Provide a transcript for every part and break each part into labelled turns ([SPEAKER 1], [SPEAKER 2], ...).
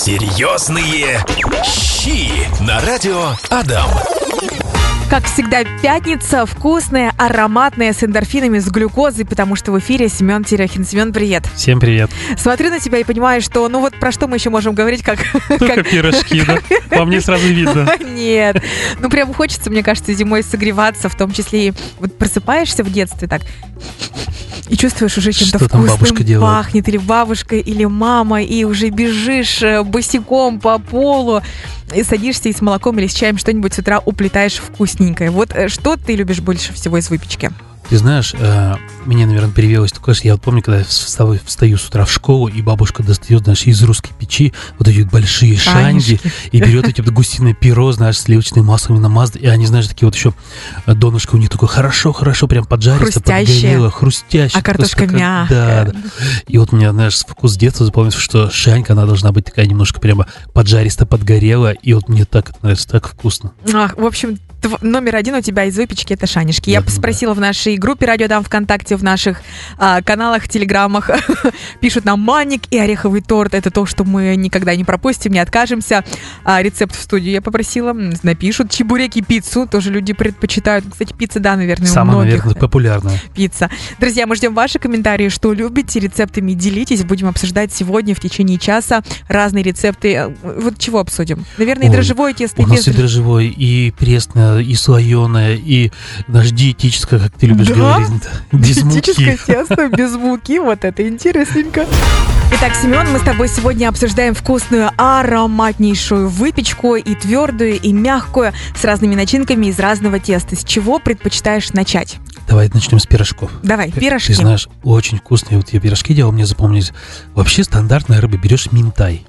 [SPEAKER 1] Серьезные щи на радио Адам.
[SPEAKER 2] Как всегда, пятница вкусная, ароматная, с эндорфинами, с глюкозой, потому что в эфире Семен Терехин. Семен, привет.
[SPEAKER 3] Всем привет.
[SPEAKER 2] Смотрю на тебя и понимаю, что, ну вот про что мы еще можем говорить, как
[SPEAKER 3] пирожки, да? По мне сразу видно.
[SPEAKER 2] Нет. Ну прям хочется, мне кажется, зимой согреваться, в том числе и вот просыпаешься в детстве так и чувствуешь уже чем-то
[SPEAKER 3] что там бабушка
[SPEAKER 2] вкусным
[SPEAKER 3] делает?
[SPEAKER 2] Пахнет, или бабушка, или мама, и уже бежишь босиком по полу, и садишься и с молоком или с чаем что-нибудь с утра уплетаешь вкусненькое. Вот что ты любишь больше всего из выпечки?
[SPEAKER 3] Ты знаешь, меня, наверное, перевелось такое, что я вот помню, когда я встаю с утра в школу, и бабушка достает, знаешь, из русской печи вот эти большие шанги, и берет эти вот гусиное перо, знаешь, сливочным маслом намазано, и они, знаешь, такие вот еще донышко у них такое хорошо, прям поджаристо, подгорело, хрустящее.
[SPEAKER 2] А картошка мягкая.
[SPEAKER 3] Да. И вот у меня, знаешь, вкус детства запомнился, что шанька, она должна быть такая немножко прямо поджаристо подгорела, и вот мне так это нравится, так вкусно.
[SPEAKER 2] В общем, номер один у тебя из выпечки — это шанишки. Я спросила в нашей группе «Радио Дам» ВКонтакте, в наших каналах, телеграммах. Пишут нам: манник и ореховый торт. Это то, что мы никогда не пропустим, не откажемся. Рецепт в студию я попросила. Напишут. Чебуреки, пиццу тоже люди предпочитают. Кстати, пицца, да, наверное,
[SPEAKER 3] самая,
[SPEAKER 2] у многих.
[SPEAKER 3] наверное, популярная.
[SPEAKER 2] Пицца. Друзья, мы ждем ваши комментарии, что любите, рецептами делитесь. Будем обсуждать сегодня в течение часа разные рецепты. Вот чего обсудим? Наверное, и дрожжевое тесто,
[SPEAKER 3] у нас и дрожжевое, и пресное, и слоеное, и даже диетическое, как ты любишь говорить. Без муки.
[SPEAKER 2] Диетическое тесто без муки. Вот это интересненько. Итак, Семен, мы с тобой сегодня обсуждаем вкусную, ароматнейшую выпечку, и твердую, и мягкую, с разными начинками из разного теста. С чего предпочитаешь начать?
[SPEAKER 3] Давай начнем с пирожков.
[SPEAKER 2] Давай, пирожки.
[SPEAKER 3] Ты знаешь, очень вкусные вот я пирожки делал, мне запомнились. Вообще стандартная рыба, берешь минтай.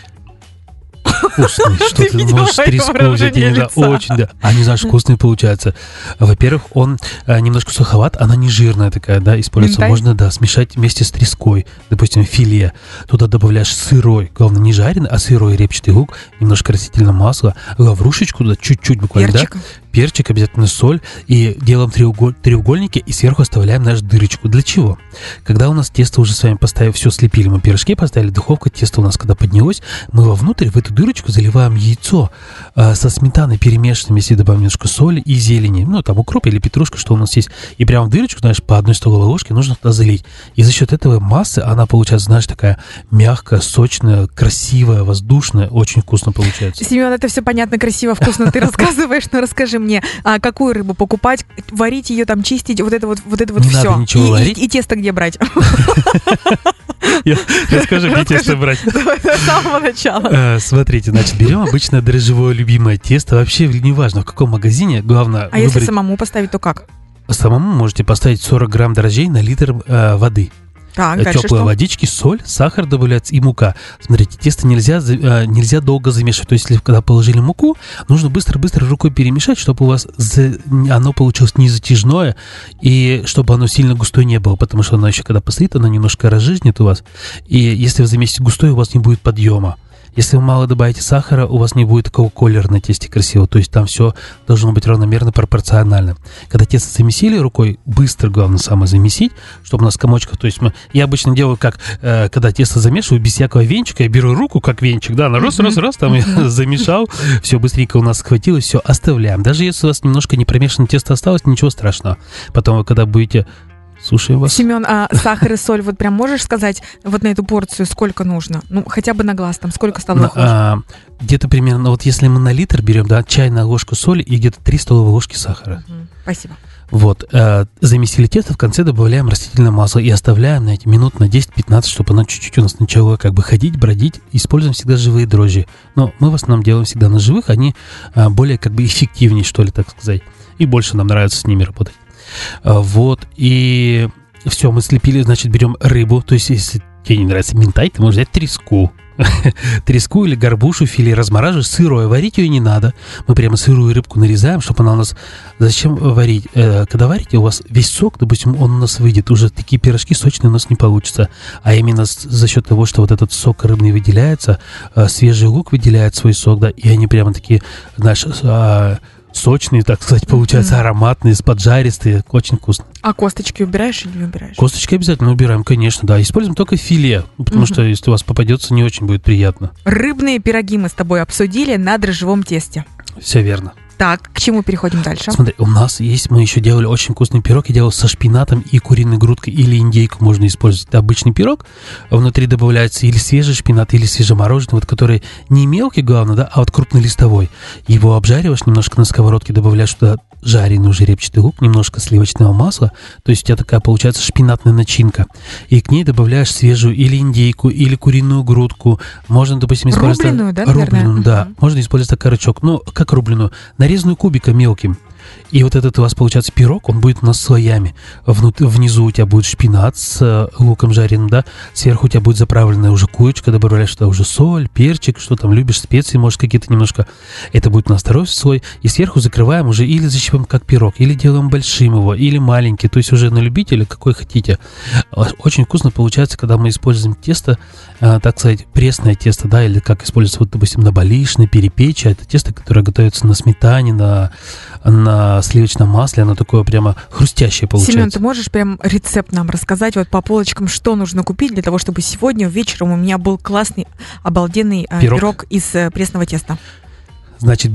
[SPEAKER 3] Вкусный, что ты можешь треску взять, я не знаю, очень, да. Они, знаешь, вкусные получаются. Во-первых, он немножко суховат, она не жирная такая, да, используется. Можно, да, смешать вместе с треской, допустим, филе. Туда добавляешь сырой, главное, не жареный, а сырой репчатый лук, немножко растительного масла, лаврушечку, да, чуть-чуть буквально, да. Перчик, обязательно соль, и делаем треугольники, и сверху оставляем нашу дырочку. Для чего? Когда у нас тесто уже с вами поставили, все слепили, мы пирожки поставили, духовка, тесто у нас когда поднялось, мы вовнутрь, в эту дырочку заливаем яйцо со сметаной перемешанным, если добавим немножко соли и зелени, ну, там укроп или петрушка, что у нас есть, и прямо в дырочку, знаешь, по одной столовой ложке нужно туда залить. И за счет этого массы она получается, знаешь, такая мягкая, сочная, красивая, воздушная, очень вкусно получается.
[SPEAKER 2] Семен, это все понятно, красиво, вкусно ты рассказываешь, но расскажи мне, какую рыбу покупать, варить ее, там, чистить, вот это вот
[SPEAKER 3] не
[SPEAKER 2] все.
[SPEAKER 3] Надо ничего варить.
[SPEAKER 2] И тесто где брать?
[SPEAKER 3] Расскажи, где тесто брать.
[SPEAKER 2] Давай с самого начала.
[SPEAKER 3] Смотрите, значит, берем обычное дрожжевое любимое тесто. Вообще не важно, в каком магазине, главное
[SPEAKER 2] выбрать. Если самому поставить, то как?
[SPEAKER 3] Самому можете поставить 40 грамм дрожжей на литр воды.
[SPEAKER 2] Так,
[SPEAKER 3] теплые водички, соль, сахар добавляется и мука. Смотрите, тесто нельзя долго замешивать. То есть, если когда положили муку, нужно быстро-быстро рукой перемешать, чтобы у вас оно получилось не затяжное, и чтобы оно сильно густое не было, потому что оно еще, когда постоит, оно немножко разжижнет у вас. И если вы замесите густое, у вас не будет подъема. Если вы мало добавите сахара, у вас не будет такого колера на тесте красивого. То есть там все должно быть равномерно, пропорционально. Когда тесто замесили рукой, быстро, главное, самое замесить, чтобы у нас комочков... То есть я обычно делаю, как когда тесто замешиваю, без всякого венчика, я беру руку, как венчик, да, на раз, там я замешал, все быстренько у нас схватилось, все, оставляем. Даже если у вас немножко не промешанное тесто осталось, ничего страшного. Потом вы, когда будете... Слушаем вас.
[SPEAKER 2] Семен, а сахар и соль, вот прям можешь сказать, вот на эту порцию сколько нужно? Ну, хотя бы на глаз, там сколько столовых ложек?
[SPEAKER 3] Где-то примерно, вот если мы на литр берем, да, чайная ложка соли и где-то 3 столовые ложки сахара.
[SPEAKER 2] Спасибо.
[SPEAKER 3] Вот, замесили тесто, в конце добавляем растительное масло и оставляем на эти минут на 10-15, чтобы оно чуть-чуть у нас начало как бы ходить, бродить. Используем всегда живые дрожжи. Но мы в основном делаем всегда на живых, они более как бы эффективнее, что ли, так сказать. И больше нам нравится с ними работать. Вот, и все, мы слепили, значит, берем рыбу. То есть, если тебе не нравится минтай, ты можешь взять треску. Треску или горбушу, филе размораживаешь, сырое. Варить ее не надо. Мы прямо сырую рыбку нарезаем, чтобы она у нас... Зачем варить? Когда варите, у вас весь сок, допустим, он у нас выйдет. Уже такие пирожки сочные у нас не получится. А именно за счет того, что вот этот сок рыбный выделяется, свежий лук выделяет свой сок, да, и они прямо такие, знаешь, сочные, так сказать, получаются, ароматные, поджаристые, очень вкусно.
[SPEAKER 2] А косточки убираешь или не убираешь?
[SPEAKER 3] Косточки обязательно убираем, конечно, да. Используем только филе, потому что если у вас попадется, не очень будет приятно.
[SPEAKER 2] Рыбные пироги мы с тобой обсудили на дрожжевом тесте.
[SPEAKER 3] Все верно.
[SPEAKER 2] Так, к чему переходим дальше?
[SPEAKER 3] Смотри, у нас есть, мы еще делали очень вкусный пирог. Я делал со шпинатом и куриной грудкой, или индейку можно использовать. Это обычный пирог. Внутри добавляется или свежий шпинат, или свежемороженый, вот который не мелкий, главное, да, а вот крупнолистовой. Его обжариваешь немножко на сковородке, добавляешь туда жареный уже репчатый лук, немножко сливочного масла. То есть у тебя такая получается шпинатная начинка. И к ней добавляешь свежую или индейку, или куриную грудку. Можно, допустим, использовать...
[SPEAKER 2] Рубленую, да, наверное?
[SPEAKER 3] Рубленую, да. Можно использовать окорочок. Ну, как рубленую. Нарезанную кубиком мелким. И вот этот у вас получается пирог, он будет у нас слоями. Внизу у тебя будет шпинат с луком жареным, да. Сверху у тебя будет заправленная уже курочка, добавляешь туда уже соль, перчик, что там любишь, специи, может, какие-то немножко. Это будет у нас второй слой. И сверху закрываем уже или защипаем как пирог, или делаем большим его, или маленький. То есть уже на любителя, какой хотите. Очень вкусно получается, когда мы используем тесто, так сказать, пресное тесто, да, или как используется, вот, допустим, на балиш, на перепечи. Это тесто, которое готовится на сметане, на сливочном масле, оно такое прямо хрустящее получается.
[SPEAKER 2] Семен, ты можешь прям рецепт нам рассказать вот по полочкам, что нужно купить для того, чтобы сегодня вечером у меня был классный, обалденный пирог из пресного теста?
[SPEAKER 3] Значит,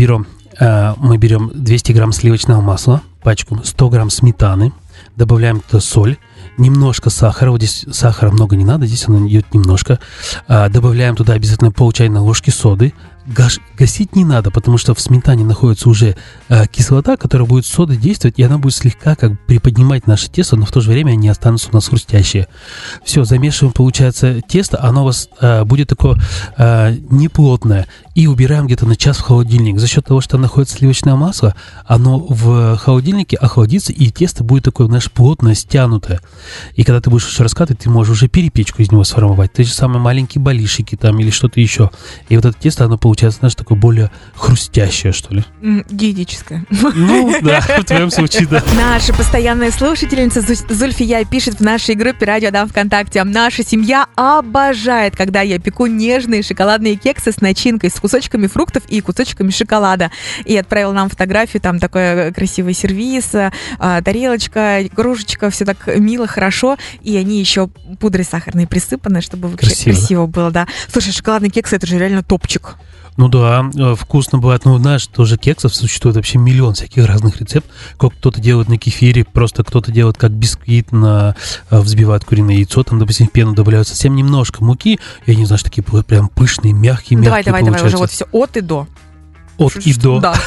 [SPEAKER 3] мы берем 200 грамм сливочного масла, пачку, 100 грамм сметаны, добавляем туда соль, немножко сахара, вот здесь сахара много не надо, здесь оно идет немножко, добавляем туда обязательно пол чайной ложки соды. Гасить не надо, потому что в сметане находится уже кислота, которая будет с содой действовать, и она будет слегка как бы приподнимать наше тесто, но в то же время они останутся у нас хрустящие. Все, замешиваем, получается, тесто, оно у вас будет такое неплотное, и убираем где-то на час в холодильник. За счет того, что находится сливочное масло, оно в холодильнике охладится, и тесто будет такое, знаешь, плотное, стянутое. И когда ты будешь еще раскатывать, ты можешь уже перепечку из него сформовать. Те же самые маленькие балишики там или что-то еще. И вот это тесто, оно получается, знаешь, такое более хрустящее, что ли.
[SPEAKER 2] Диетическое.
[SPEAKER 3] Ну, да, в твоем случае, да.
[SPEAKER 2] Наша постоянная слушательница Зульфия пишет в нашей группе «Радио Адам ВКонтакте». Наша семья обожает, когда я пеку нежные шоколадные кексы с начинкой, с кусочками фруктов и кусочками шоколада. И отправил нам фотографию, там такой красивый сервиз, тарелочка, кружечка, все так мило, хорошо. И они еще пудрой сахарной присыпаны, чтобы вообще красиво было, да. Слушай, шоколадные кексы — это же реально топчик.
[SPEAKER 3] Ну да, вкусно бывает. Ну, знаешь, тоже кексов существует вообще миллион всяких разных рецептов. Как кто-то делает на кефире, просто кто-то делает как бисквит, взбивает куриное яйцо, там, допустим, в пену добавляют совсем немножко муки. Я не знаю, что такие прям пышные, мягкие
[SPEAKER 2] Давай, уже вот все от и до.
[SPEAKER 3] От и до.
[SPEAKER 2] Да,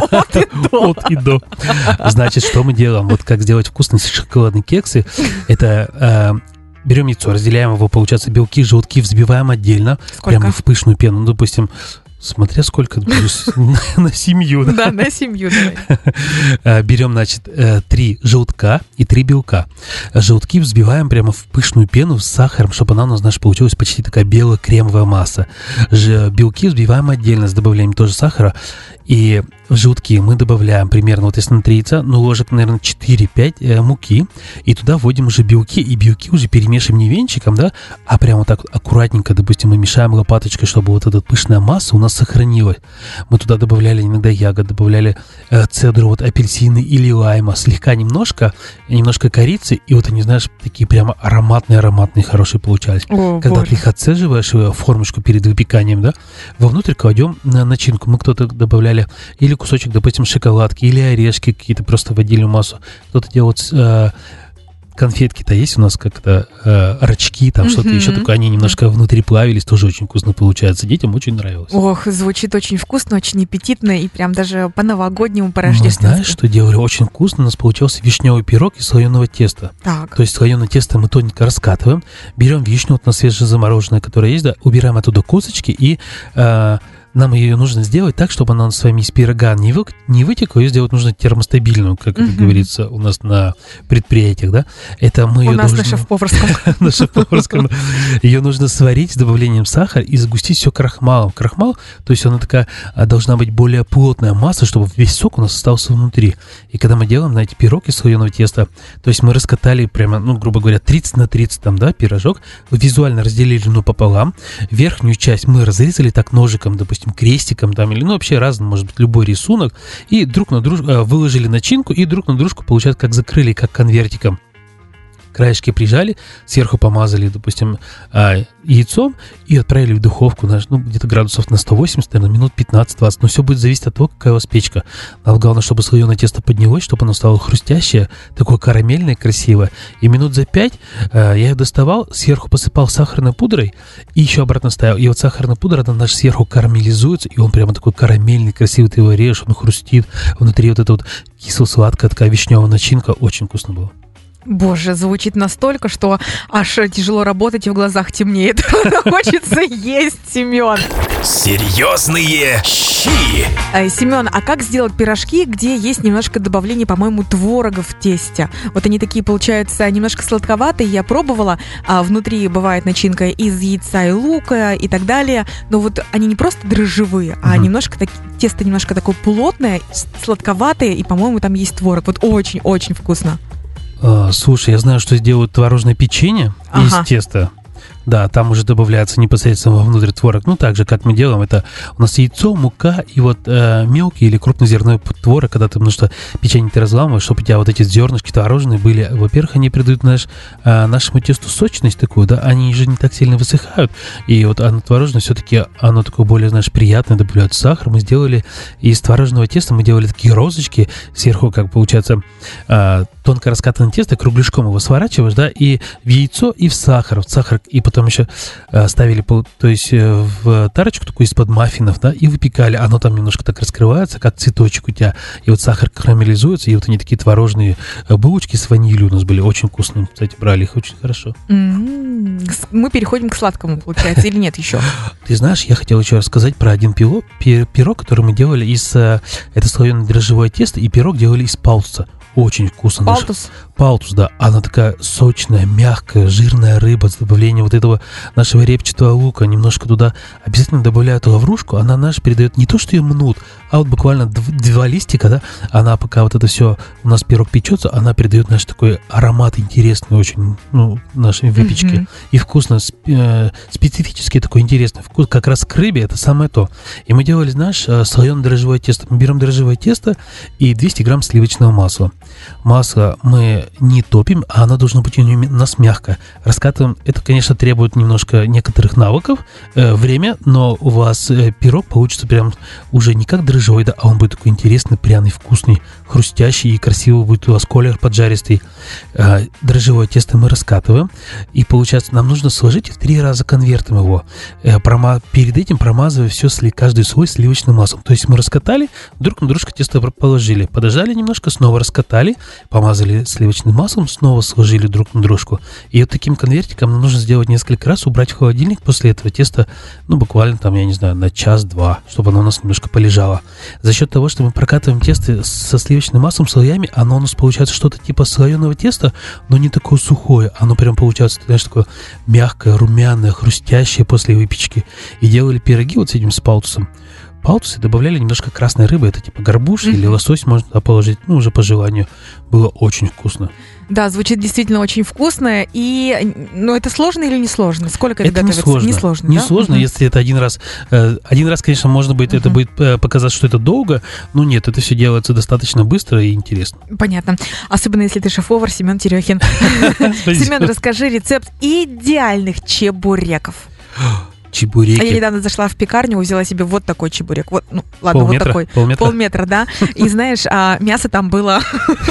[SPEAKER 3] от и до. Значит, что мы делаем? Вот как сделать вкусные шоколадные кексы, это... Берем яйцо, разделяем его, получается, белки, желтки взбиваем отдельно.
[SPEAKER 2] Сколько?
[SPEAKER 3] Прямо в пышную пену. Ну, допустим, смотря сколько, на семью.
[SPEAKER 2] Да, на семью,
[SPEAKER 3] давай. Берем, значит, 3 желтка и 3 белка. Желтки взбиваем прямо в пышную пену с сахаром, чтобы она у нас, знаешь, получилась почти такая белая кремовая масса. Белки взбиваем отдельно с добавлением тоже сахара. И в желтки мы добавляем примерно, вот если на 3 яйца, ну, ложек, наверное, 4-5 муки. И туда вводим уже белки. И белки уже перемешиваем не венчиком, да, а прямо так аккуратненько, допустим, мы мешаем лопаточкой, чтобы вот эта пышная масса у нас сохранилась. Мы туда добавляли иногда ягод, добавляли цедру, вот апельсины или лайма. Слегка немножко корицы. И вот они, знаешь, такие прямо ароматные, хорошие получались. Когда ты их отцеживаешь в формочку перед выпеканием, да, вовнутрь кладем начинку. Мы кто-то добавляли или кусочек, допустим, шоколадки, или орешки какие-то просто в отдельную массу. Кто-то делает конфетки-то есть у нас как-то рачки, там что-то еще такое. Они немножко внутри плавились, тоже очень вкусно получается. Детям очень нравилось.
[SPEAKER 2] Ох, звучит очень вкусно, очень аппетитно и прям даже по-новогоднему, по-рождественски.
[SPEAKER 3] Мы знаешь, что делали? Очень вкусно. У нас получился вишневый пирог из слоеного теста.
[SPEAKER 2] Так.
[SPEAKER 3] То есть слоеное тесто мы тоненько раскатываем, берем вишню, вот у нас свежезамороженная, которая есть, да, убираем оттуда косточки и... нам ее нужно сделать так, чтобы она с вами из пирога не вытекла, ее сделать нужно термостабильную, как это говорится у нас на предприятиях, да? Это мы ее
[SPEAKER 2] на шеф-поварском.
[SPEAKER 3] На шеф-поварском. Ее нужно сварить с добавлением сахара и загустить все крахмалом. Крахмал, то есть она такая, должна быть более плотная масса, чтобы весь сок у нас остался внутри. И когда мы делаем, знаете, пирог из слоеного теста, то есть мы раскатали прямо, ну, грубо говоря, 30 на 30 там, да, пирожок, визуально разделили, ну, пополам. Верхнюю часть мы разрезали так ножиком, допустим, допустим, крестиком там, или, ну, вообще разный, может быть, любой рисунок, и друг на дружку выложили начинку, и друг на дружку, получается, как закрыли, как конвертиком. Краешки прижали, сверху помазали, допустим, яйцом и отправили в духовку где-то градусов на 180, наверное, минут 15-20. Но все будет зависеть от того, какая у вас печка. Нам главное, чтобы слоеное тесто поднялось, чтобы оно стало хрустящее, такое карамельное, красивое. И минут за 5 я ее доставал, сверху посыпал сахарной пудрой и еще обратно ставил. И вот сахарная пудра, она сверху карамелизуется, и он прямо такой карамельный, красивый, ты его режешь, он хрустит. Внутри вот эта вот кисло-сладкая такая вишневая начинка. Очень вкусно было.
[SPEAKER 2] Боже, звучит настолько, что аж тяжело работать и в глазах темнеет. Хочется есть, Семен.
[SPEAKER 1] Серьезные щи.
[SPEAKER 2] Семен, а как сделать пирожки, где есть немножко добавления, по-моему, творога в тесте? Вот они такие, получаются, немножко сладковатые. Я пробовала. Внутри бывает начинка из яйца и лука и так далее. Но вот они не просто дрожжевые, а немножко тесто немножко такое плотное, сладковатое. И, по-моему, там есть творог. Вот очень-очень вкусно.
[SPEAKER 3] Слушай, я знаю, что делают творожное печенье из теста. Да, там уже добавляется непосредственно вовнутрь творог. Ну, так же, как мы делаем, это у нас яйцо, мука и вот мелкий или крупнозерновой творог, когда ты, потому что печенье ты разламываешь, чтобы у тебя вот эти зернышки творожные были. Во-первых, они придают нашему тесту сочность такую, да, они же не так сильно высыхают. И вот оно творожное все-таки, оно такое более, знаешь, приятное, добавляют сахар. Мы сделали из творожного теста, мы делали такие розочки сверху, как получается, тонко раскатанное тесто, кругляшком его сворачиваешь, да, и в яйцо, и в сахар, и потом еще ставили, то есть в тарочку такую из-под маффинов, да, и выпекали. Оно там немножко так раскрывается, как цветочек у тебя, и вот сахар карамелизуется, и вот они такие творожные булочки с ванилью у нас были очень вкусные. Кстати, брали их очень хорошо.
[SPEAKER 2] Мы переходим к сладкому, получается, или нет еще?
[SPEAKER 3] Ты знаешь, я хотел еще рассказать про один пирог, который мы делали из... Это слоеное дрожжевое тесто, и пирог делали из палтуса. Очень вкусно.
[SPEAKER 2] Палтус?
[SPEAKER 3] Палтус, да. Она такая сочная, мягкая, жирная рыба с добавлением вот этого нашего репчатого лука. Немножко туда обязательно добавляют лаврушку. Она передает не то, что ее мнут, а вот буквально 2 листика, да. Она пока вот это все, у нас пирог печется, она передает наш такой аромат интересный очень, нашей выпечки. И вкусно, специфический такой интересный вкус. Как раз к рыбе это самое то. И мы делали, знаешь, слоеное дрожжевое тесто. Мы берем дрожжевое тесто и 200 грамм сливочного масла. Масло мы не топим, а оно должно быть у нас мягкое. Раскатываем. Это, конечно, требует немножко некоторых навыков, время, но у вас пирог получится прям уже не как дрожжевой, да, а он будет такой интересный, пряный, вкусный, хрустящий, и красивый будет у вас колер поджаристый. Дрожжевое тесто мы раскатываем, и получается, нам нужно сложить и в 3 раза конвертом его. Перед этим промазывая все, каждый слой сливочным маслом. То есть мы раскатали, друг на дружку тесто положили, подождали немножко, снова раскатали, помазали сливочным маслом, снова сложили друг на дружку. И вот таким конвертиком нам нужно сделать несколько раз, убрать в холодильник после этого теста, буквально там, я не знаю, на час-два, чтобы оно у нас немножко полежало. За счет того, что мы прокатываем тесто со сливочным маслом слоями, оно у нас получается что-то типа слоеного теста, но не такое сухое. Оно прям получается, знаешь, такое мягкое, румяное, хрустящее после выпечки. И делали пироги вот с этим с палтусом. Палтусы добавляли немножко красной рыбы, это типа горбуш или лосось можно туда положить, уже по желанию. Было очень вкусно.
[SPEAKER 2] Да, звучит действительно очень вкусно. И, это сложно или не сложно? Сколько это готовится?
[SPEAKER 3] Не сложно. Не сложно, если это один раз. Один раз, конечно, может быть, это будет показаться, что это долго, но нет, это все делается достаточно быстро и интересно.
[SPEAKER 2] Понятно. Особенно, если ты шеф-повар Семен Терехин. Семен, расскажи рецепт идеальных чебуреков.
[SPEAKER 3] Чебуреки.
[SPEAKER 2] А я недавно зашла в пекарню, взяла себе вот такой чебурек. Вот такой. Полметра, да. И знаешь, мясо там было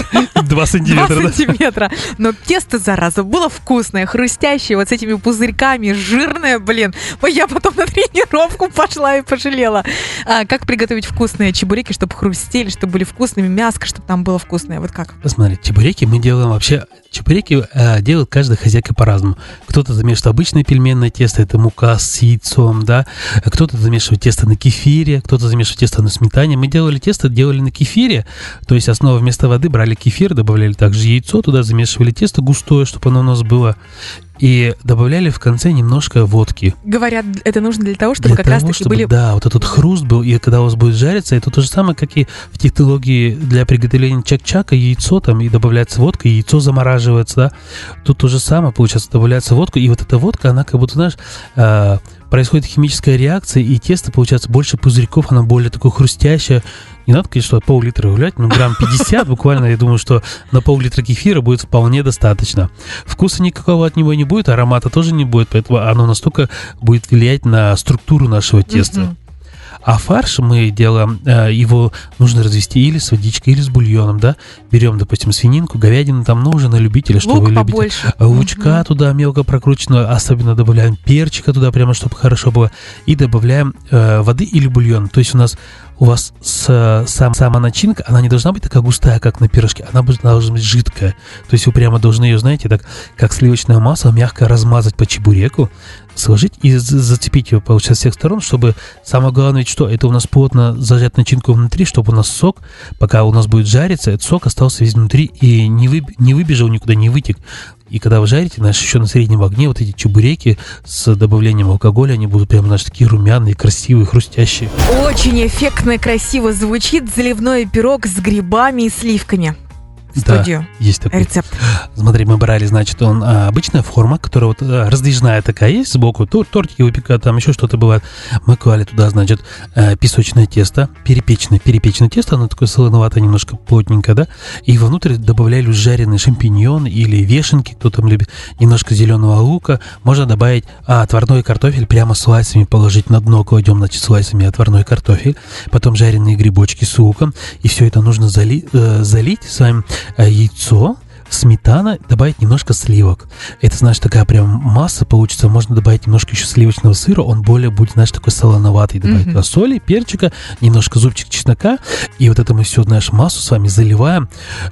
[SPEAKER 3] 2 сантиметра.
[SPEAKER 2] 2 сантиметра. Но тесто, зараза, было вкусное, хрустящее, вот с этими пузырьками, жирное, блин. Я потом на тренировку пошла и пожалела. Как приготовить вкусные чебуреки, чтобы хрустели, чтобы были вкусными, мяско, чтобы там было вкусное? Вот как?
[SPEAKER 3] Смотри, чебуреки мы делаем вообще... Чебуреки делает каждая хозяйка по-разному. Кто-то замешивает обычное пельменное тесто, это мука с яйцом, да. Кто-то замешивает тесто на кефире, кто-то замешивает тесто на сметане. Мы делали на кефире, то есть основа вместо воды брали кефир, добавляли также яйцо, туда замешивали тесто густое, чтобы оно у нас было. И добавляли в конце немножко водки.
[SPEAKER 2] Говорят, это нужно для того, чтобы были...
[SPEAKER 3] Да, вот этот хруст был, и когда у вас будет жариться, это то же самое, как и в технологии для приготовления чак-чака, яйцо там, и добавляется водка, и яйцо замораживается, да. Тут то же самое, получается, добавляется водка, и вот эта водка, она как будто, знаешь, происходит химическая реакция, и тесто получается больше пузырьков, оно более такое хрустящее. Не надо, конечно, пол-литра гулять, но грамм 50 буквально, я думаю, что на пол-литра кефира будет вполне достаточно. Вкуса никакого от него не будет, аромата тоже не будет, поэтому оно настолько будет влиять на структуру нашего теста. А фарш мы делаем, его нужно развести или с водичкой, или с бульоном, да. Берем, допустим, свининку, говядину, там, ну, уже на любителя, что вы любите.
[SPEAKER 2] Побольше.
[SPEAKER 3] Лучка туда мелко прокрученного, особенно добавляем перчика туда, прямо чтобы хорошо было. И добавляем воды или бульон. То есть у вас сама начинка, она не должна быть такая густая, как на пирожке, она должна быть жидкая. То есть вы прямо должны ее, знаете, так как сливочное масло, мягко размазать по чебуреку, сложить и зацепить ее, получается, с всех сторон, чтобы самое главное, ведь что, это у нас плотно зажать начинку внутри, чтобы у нас сок, пока у нас будет жариться, этот сок остался весь внутри и не выбежал никуда, не вытек. И когда вы жарите, знаешь, еще на среднем огне вот эти чебуреки с добавлением алкоголя, они будут прямо, знаешь, такие румяные, красивые, хрустящие.
[SPEAKER 2] Очень эффектно и красиво звучит заливной пирог с грибами и сливками. Студию.
[SPEAKER 3] Да, есть такой
[SPEAKER 2] рецепт.
[SPEAKER 3] Смотри, мы брали, значит, обычная форма, которая вот раздвижная такая есть сбоку, тортики выпекают, там еще что-то бывает. Мы клали туда, значит, песочное тесто, перепеченное тесто, оно такое солоноватое, немножко плотненькое, да, и вовнутрь добавляли жареный шампиньон или вешенки, кто там любит, немножко зеленого лука, можно добавить отварной картофель, прямо слайсами положить на дно, кладем, значит, слайсами отварной картофель, потом жареные грибочки с луком, и все это нужно залить с вами яйцо, сметана, добавить немножко сливок. Это, знаешь, такая прям масса получится. Можно добавить немножко еще сливочного сыра, он более будет, знаешь, такой солоноватый. Добавить соли, перчика, немножко зубчик чеснока. И вот это мы все, знаешь, массу с вами заливаем.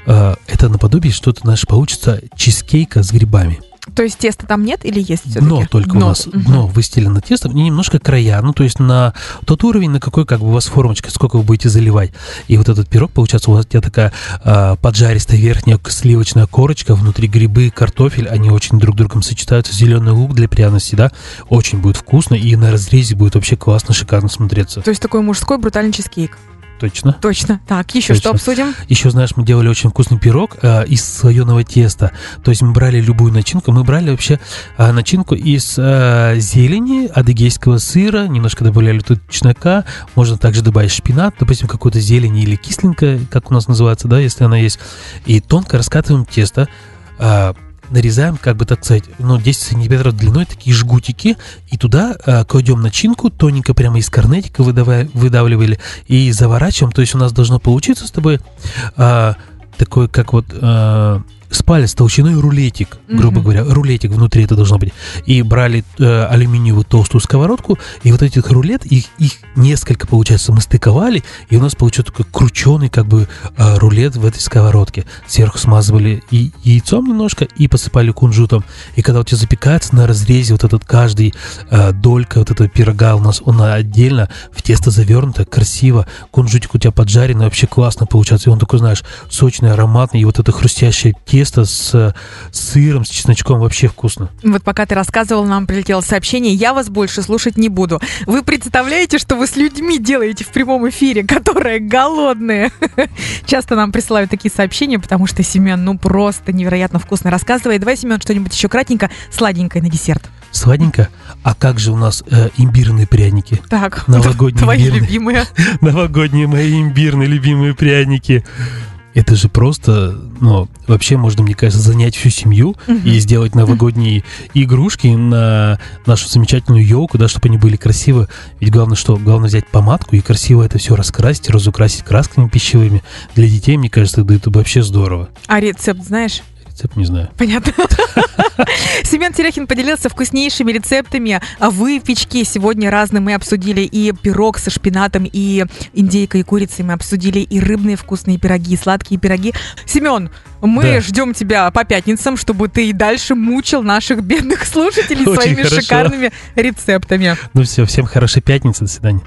[SPEAKER 3] Это наподобие что-то, знаешь, получится чизкейка с грибами.
[SPEAKER 2] То есть теста там нет или есть все-таки?
[SPEAKER 3] Дно только у нас, дно выстелено тестом и немножко края, ну то есть на тот уровень, на какой как бы у вас формочка, сколько вы будете заливать. И вот этот пирог, получается, у вас такая поджаристая верхняя сливочная корочка, внутри грибы, картофель, они очень друг с другом сочетаются, зеленый лук для пряности, да, очень будет вкусно и на разрезе будет вообще классно, шикарно смотреться.
[SPEAKER 2] То есть такой мужской брутальный чизкейк.
[SPEAKER 3] Точно.
[SPEAKER 2] Так, еще что обсудим?
[SPEAKER 3] Еще, знаешь, мы делали очень вкусный пирог из слоеного теста. То есть мы брали любую начинку. Мы брали вообще начинку из зелени, адыгейского сыра, немножко добавляли тут чеснока. Можно также добавить шпинат, допустим, какой-то зелени или кисленькая, как у нас называется, да, если она есть. И тонко раскатываем тесто. Нарезаем, как бы так сказать, 10 сантиметров длиной, такие жгутики, и туда кладем начинку, тоненько прямо из корнетика выдавливали, и заворачиваем, то есть у нас должно получиться с тобой такой, как вот с палец толщиной рулетик, грубо говоря, рулетик внутри это должно быть. И брали алюминиевую толстую сковородку, и вот этих рулет, их несколько, получается, мы стыковали, и у нас получился такой крученый, как бы, рулет в этой сковородке. Сверху смазывали и яйцом немножко, и посыпали кунжутом. И когда у тебя запекается на разрезе вот этот каждый долька вот этого пирога у нас, он отдельно в тесто завернуто, красиво. Кунжутик у тебя поджаренный, вообще классно получается. И он такой, знаешь, сочный, ароматный, и вот это хрустящее тесто с сыром, с чесночком, вообще вкусно.
[SPEAKER 2] Вот пока ты рассказывал, нам прилетело сообщение, я вас больше слушать не буду. Вы представляете, что вы с людьми делаете в прямом эфире, которые голодные? Часто нам присылают такие сообщения, потому что Семен, просто невероятно вкусно рассказывает. Давай, Семен, что-нибудь еще кратенько, сладенькое на десерт.
[SPEAKER 3] Сладенько? А как же у нас имбирные пряники?
[SPEAKER 2] Так,
[SPEAKER 3] новогодние
[SPEAKER 2] твои любимые.
[SPEAKER 3] Новогодние мои имбирные любимые пряники. Это же просто, вообще можно, мне кажется, занять всю семью и сделать новогодние игрушки на нашу замечательную елку, да, чтобы они были красивы. Ведь главное взять помадку и красиво это все раскрасить, разукрасить красками пищевыми. Для детей, мне кажется, это вообще здорово.
[SPEAKER 2] А рецепт знаешь?
[SPEAKER 3] Рецепт не знаю.
[SPEAKER 2] Понятно. Семен Терехин поделился вкуснейшими рецептами выпечки. Сегодня разные мы обсудили и пирог со шпинатом, и индейкой, и курицей. Мы обсудили и рыбные вкусные пироги, и сладкие пироги. Семен, мы ждем тебя по пятницам, чтобы ты и дальше мучил наших бедных слушателей своими шикарными рецептами.
[SPEAKER 3] Все, всем хорошей пятницы, до свидания.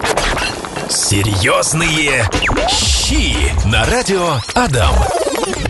[SPEAKER 1] Серьезные щи на радио Адам.